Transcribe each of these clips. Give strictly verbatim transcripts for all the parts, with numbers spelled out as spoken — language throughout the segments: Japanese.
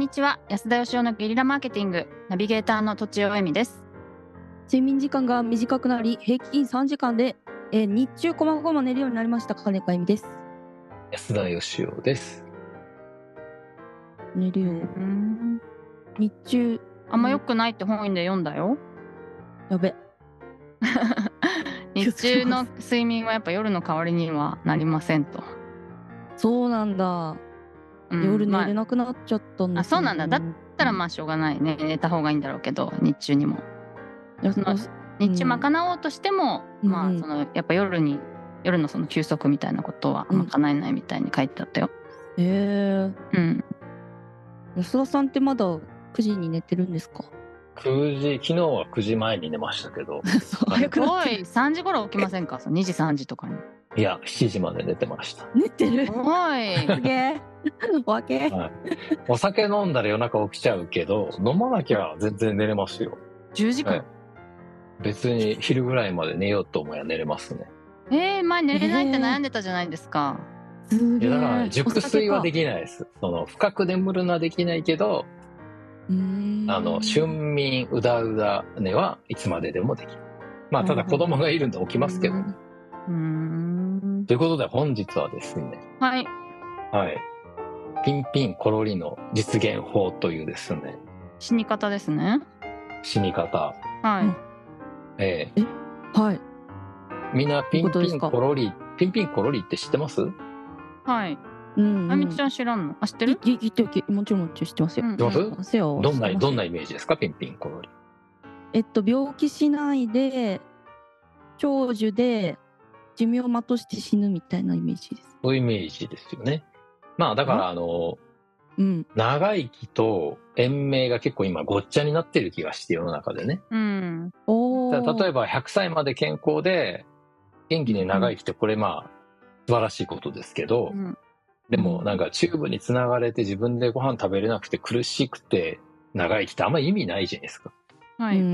にちは。安田義雄のゲリラマーケティングナビゲーターのとちおえみです。 睡眠時間が短くなり平均さんじかんで、えー、日中こまごま寝るようになりました金子えみです。 安田義雄です。 寝るよ、うん、日中あんま良くないって本で読んだよ。 やべ日中の睡眠はやっぱ夜の代わりにはなりませんと。 そうなんだ、うん、夜寝れなくなっちゃったんだ、 まあ、あそうなんだ。だったらまあしょうがないね、寝た方がいいんだろうけど、日中にもその日中賄おうとしても、うん、まあそのやっぱ夜に夜のその休息みたいなことは賄えないみたいに書いてあったよ。 へ、うん、えー、うん安田さんってまだくじに寝てるんですか？ くじ、昨日はくじまえに寝ましたけどそう早くなってる。 さんじ頃起きませんか？にじさんじとかに。 いやしちじまで寝てました。 寝てる。 おいすげえおわけ、 はい、お酒飲んだら夜中起きちゃうけど飲まなきゃ全然寝れますよ。 じゅうじかん、はい、 別に昼ぐらいまで寝ようと思えば寝れますね。 えー、前寝れないって悩んでたじゃないですか。 えー、すげえ。 だから、ね、熟睡はできないです。その深く眠るのはできないけど、うーん、あの春眠うだうだ寝はいつまででもできる。まあただ子供がいるんで起きますけど、ね、 うーんということで本日はですね、 はいはいピンピンコロリの実現法というですね、 死に方ですね。 死に方、 はい、うん、 えええはいみんなピンピンコロリピンピンコロリって知ってます？ はい、うんうん、あみちゃん知らんの？あ、知ってる？ いいってもちろんもちろん知ってますよ。 知ってます？うん、どんなどんなイメージですか？ピンピンコロリ。 えっと病気しないで長寿で寿命を全うして死ぬみたいなイメージです。 そういうイメージですよね。まあだからあの、うん、長生きと延命が結構今ごっちゃになってる気がして世の中でね。うん、お例えばひゃくさいまで健康で元気で長生きってこれまあ素晴らしいことですけど、うん、でもなんかチューブにつながれて自分でご飯食べれなくて苦しくて長生きってあんまり意味ないじゃないですか。 はい。うん、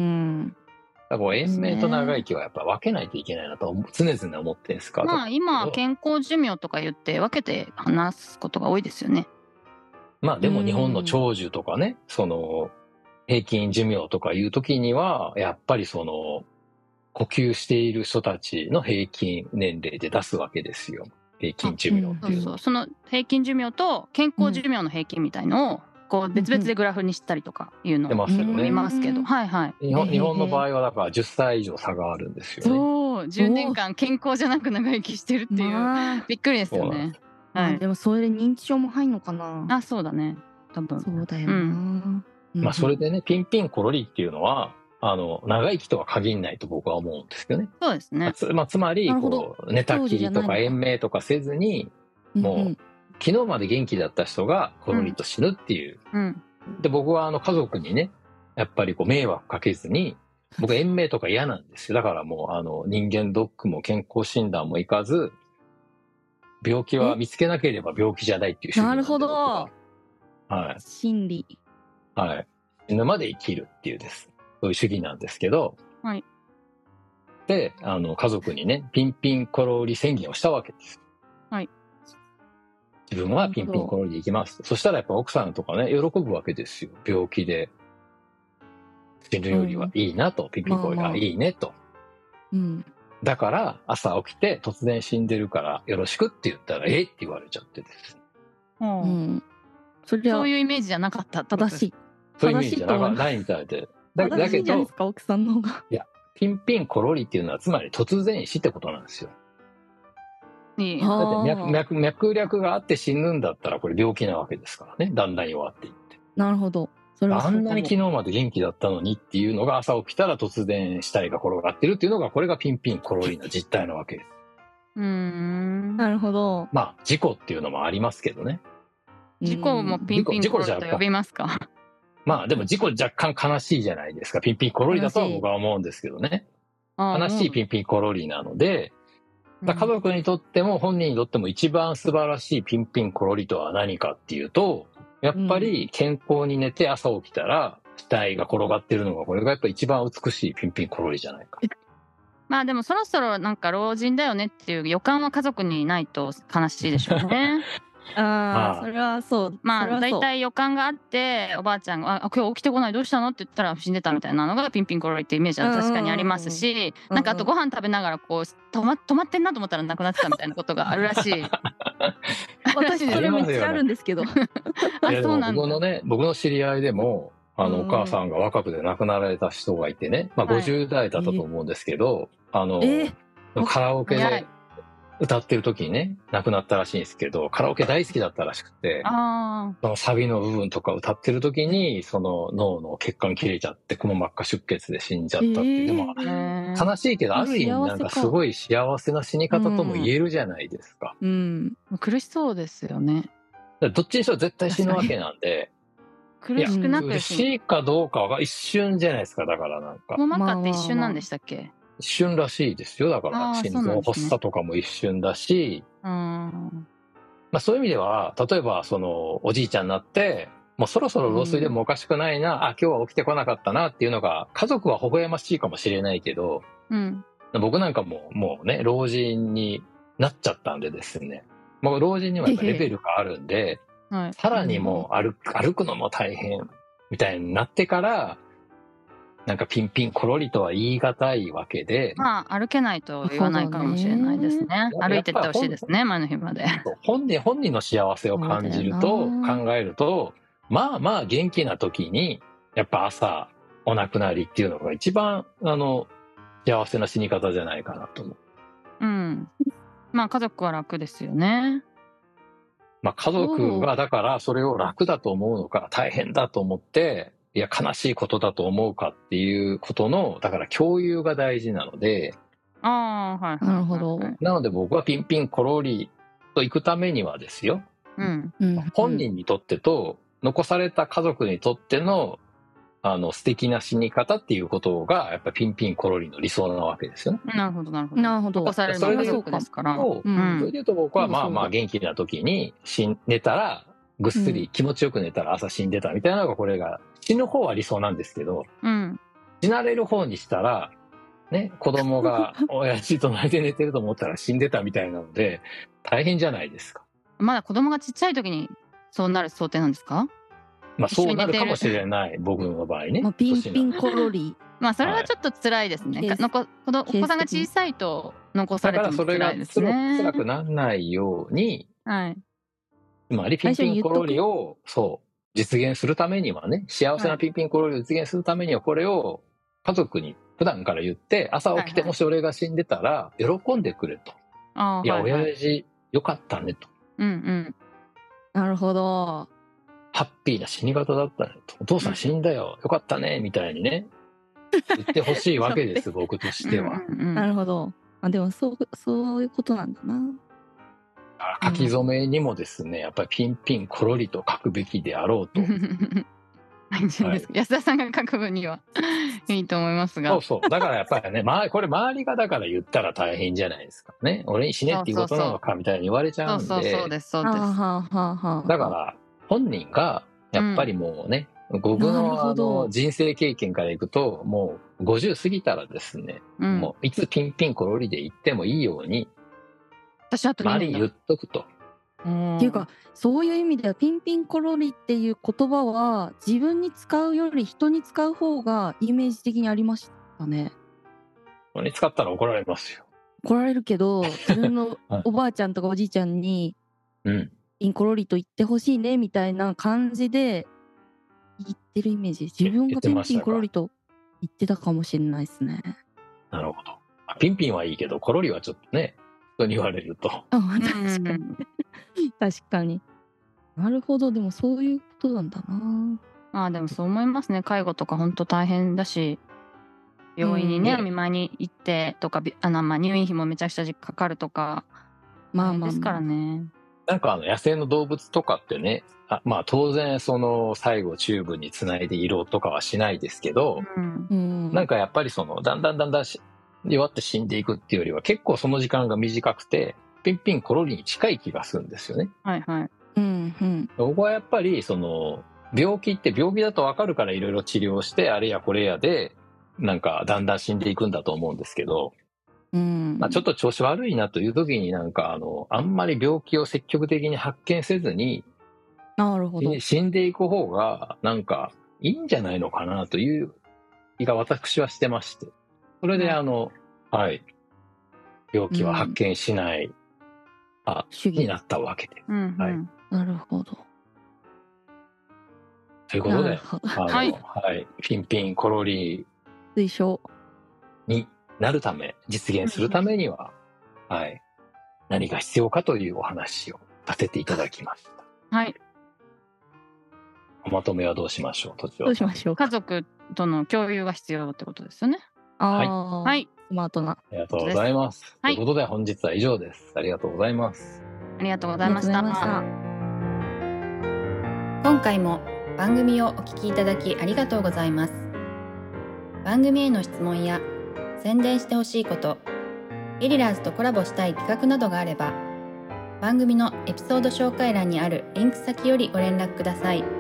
だから延命と長生きはやっぱ分けないといけないなと常々思ってるんですか。 まあ今健康寿命とか言って分けて話すことが多いですよね。 まあでも日本の長寿とかね、その平均寿命とかいう時にはやっぱりその呼吸している人たちの平均年齢で出すわけですよ。平均寿命っていうの、うん、 そうそう、その平均寿命と健康寿命の平均みたいのをこう別々でグラフにしたりとかいうのを見ますけど、はいはい。 日本、日本の場合はだからじゅっさい以上差があるんですよね。 そう、じゅうねんかん健康じゃなく長生きしてるっていう、まあ、びっくりですよね。 はい、でもそれで認知症も入んのかな。 あ、そうだね、多分そうだよな、うんまあそれでね、ピンピンコロリっていうのはあの長生きとは限らないと僕は思うんですけどね。 そうですね。 つ,、まあ、つまりこう寝たきりとか延命とかせずにもう、うんうん、昨日まで元気だった人がコロリと死ぬっていう、うんうん、で僕はあの家族にねやっぱりこう迷惑かけずに、僕延命とか嫌なんですよ。だからもうあの人間ドックも健康診断も行かず、病気は見つけなければ病気じゃないっていう主義なんで。 なるほど、 はい、 心理、 はい、死ぬまで生きるっていうですそういう主義なんですけど、 はい、 であの家族にねピンピンコロリ宣言をしたわけです。 はい、 自分はピンピンコロリで行きます。そしたらやっぱ奥さんとかね喜ぶわけですよ。病気で死ぬよりはいいなと、うん、ピンピンコロリが、まあまあ、いいねと、うん、だから朝起きて突然死んでるからよろしくって言ったらえって言われちゃってです、 うん、それはそういうイメージじゃなかった。 正しい、 そういうイメージじゃないみたいで、 だ, だけど奥さんの方がいやピンピンコロリっていうのはつまり突然死ってことなんですよ。 いい、 だって 脈, 脈, 脈略があって死ぬんだったらこれ病気なわけですからね。だんだん弱っていって、 なるほど、それはあんなに昨日まで元気だったのにっていうのが朝起きたら突然死体が転がってるっていうのがこれがピンピンコロリの実態なわけです。 うーん、 なるほど。 まあ事故っていうのもありますけどね。 事故もピンピンコロリと呼びますか？ まあでも事故若干悲しいじゃないですか。ピンピンコロリだとは僕は思うんですけどね。悲しいピンピンコロリなので、だ家族にとっても本人にとっても一番素晴らしいピンピンコロリとは何かっていうと、やっぱり健康に寝て朝起きたら死体が転がってるのがこれがやっぱ一番美しいピンピンコロリじゃないか。 まあでもそろそろなんか老人だよねっていう予感は家族にないと悲しいでしょうね。 ああ、それはそう。 まあ大体予感があっておばあちゃんが「あ今日起きてこないどうしたの?」って言ったら死んでたみたいなのがピンピンコロリってイメージは確かにありますし、なんかあとご飯食べながらこう止ま止まってんなと思ったらなくなってたみたいなことがあるらしい。 私それめっちゃあるんですけど。 あ、そうなんだ。 僕のね、僕の知り合いでもあのお母さんが若くで亡くなられた人がいてね、まあごじゅう代だったと思うんですけど、あのカラオケで歌ってる時にね亡くなったらしいんですけど、カラオケ大好きだったらしくて、 あそのサビの部分とか歌ってる時にその脳の血管切れちゃってくも膜下出血で死んじゃったっていう、でも悲しいけどある意味なんかすごい幸せな死に方とも言えるじゃないですか。 うん、うん、苦しそうですよね。 どっちにしろ絶対死ぬわけなんで、 苦しくなく苦しいかどうかが一瞬じゃないですか。だからなんかくも膜下って一瞬なんでしたっけ？ 一瞬らしいですよ。だから心臓発作とかも一瞬だし、うん、まあ、そういう意味では例えばそのおじいちゃんになってもうそろそろ老衰でもおかしくないな、うん、あ今日は起きてこなかったなっていうのが家族は微笑ましいかもしれないけど、うん、僕なんかももうね老人になっちゃったんでですね、もう老人にはやっぱレベルがあるんで、はい、さらにもう歩く、歩くのも大変みたいになってからなんかピンピンコロリとは言い難いわけで、 まあ歩けないと言わないかもしれないですね。歩いてってほしいですね、前の日まで。 本人本人の幸せを感じると考えると、まあまあ元気な時にやっぱ朝お亡くなりっていうのが一番あの幸せな死に方じゃないかなと思う。 うん。まあ家族は楽ですよね。 まあ家族がだからそれを楽だと思うのか大変だと思っていや悲しいことだと思うかっていうことのだから共有が大事なので、 ああ、はい、 なるほど。 なので僕はピンピンコロリと行くためにはですよ、うんうん、本人にとってと残された家族にとってのあの素敵な死に方っていうことがやっぱりピンピンコロリの理想なわけですよね。 なるほどなるほど。なるほど。残されるのが家族ですから。 それで言うと僕はまあまあ元気な時に死んでたらぐっすり気持ちよく寝たら朝死んでたみたいなのがこれが死ぬ方は理想なんですけど、うん、死なれる方にしたらね子供が親父と泣いて寝てると思ったら死んでたみたいなので大変じゃないですか。 まだ子供がちっちゃい時にそうなる想定なんですか？ まあそうなるかもしれない僕の場合ね。 まあ、ピンピンコロリ。 まあそれはちょっと辛いですね。はい、のこお子さんが小さいと残されても辛いですね。 だからそれが辛くならないように。はい。つまりピンピンコロリをそう実現するためにはね、幸せなピンピンコロリを実現するためにはこれを家族に普段から言って朝起きてもし俺が死んでたら喜んでくれと、はいはい、いや親父よかったねと、うんうん、 なるほど、 ハッピーな死に方だったねと、お父さん死んだよ、うん、よかったねみたいにね言ってほしいわけです僕としては。 うん、うん、なるほど。あでもそうそういうことなんだな。 書き初めにもですね、やっぱりピンピンコロリと書くべきであろうと。 はい、安田さんが書く分にはいいと思いますが。 そうそう。だからやっぱりね、まあ、これ周りがだから言ったら大変じゃないですかね。俺に死ねっていうことなのかみたいに言われちゃうんで。 そうそうそうです、そうです。だから本人がやっぱりもうね、うん、僕のあの人生経験からいくと、もうごじゅう過ぎたらですね、うん、もういつピンピンコロリで言ってもいいように、 私は周りに言っとくと。 っていうかそういう意味ではピンピンコロリっていう言葉は自分に使うより人に使う方がイメージ的にありましたね。 人に使ったら怒られますよ。 怒られるけど自分のおばあちゃんとかおじいちゃんにピンコロリと言ってほしいねみたいな感じで言ってるイメージ。自分がピンピンコロリと言ってたかもしれないですね。 なるほど。ピンピンはいいけどコロリはちょっとね人に言われると。 あ確かに確かに。なるほど。でもそういうことなんだな。 ああでもそう思いますね。介護とか本当大変だし、病院にね、お見舞いに行ってとか、あのまあ入院費もめちゃくちゃかかるとか、まあまあですからね。 なんかあの野生の動物とかってね、あまあ当然その最後チューブにつないでいろとかはしないですけど、うん、なんかやっぱりそのだんだんだんだん弱って死んでいくっていうよりは結構その時間が短くてピンピンコロリに近い気がするんですよね。 はいはい。 うんうん。 僕はやっぱりその病気って病気だと分かるからいろいろ治療してあれやこれやでなんかだんだん死んでいくんだと思うんですけど、 うんまあ、ちょっと調子悪いなという時になんかあのあんまり病気を積極的に発見せずになるほど死んでいく方がなんかいいんじゃないのかなという気が私はしてまして、それであの、はい、病気は発見しない、うん、あになったわけで、 うんうん、 はい、 なるほど。 ということで、あの、はい、はい、ピンピンコロリ推奨になるため、実現するためには、うん、はい、何が必要かというお話をさせていただきました。 はい。 おまとめはどうしましょう、とちお。 どうしましょう。 家族との共有が必要ってことですよね。 はい。 はい。 スマートな。 ありがとうございます。はい、ということで本日は以上です。ありがとうございます。 ありがとうございました。 今回も番組をお聞きいただきありがとうございます。番組への質問や宣伝してほしいこと、ゲリラーズとコラボしたい企画などがあれば、番組のエピソード紹介欄にあるリンク先よりご連絡ください。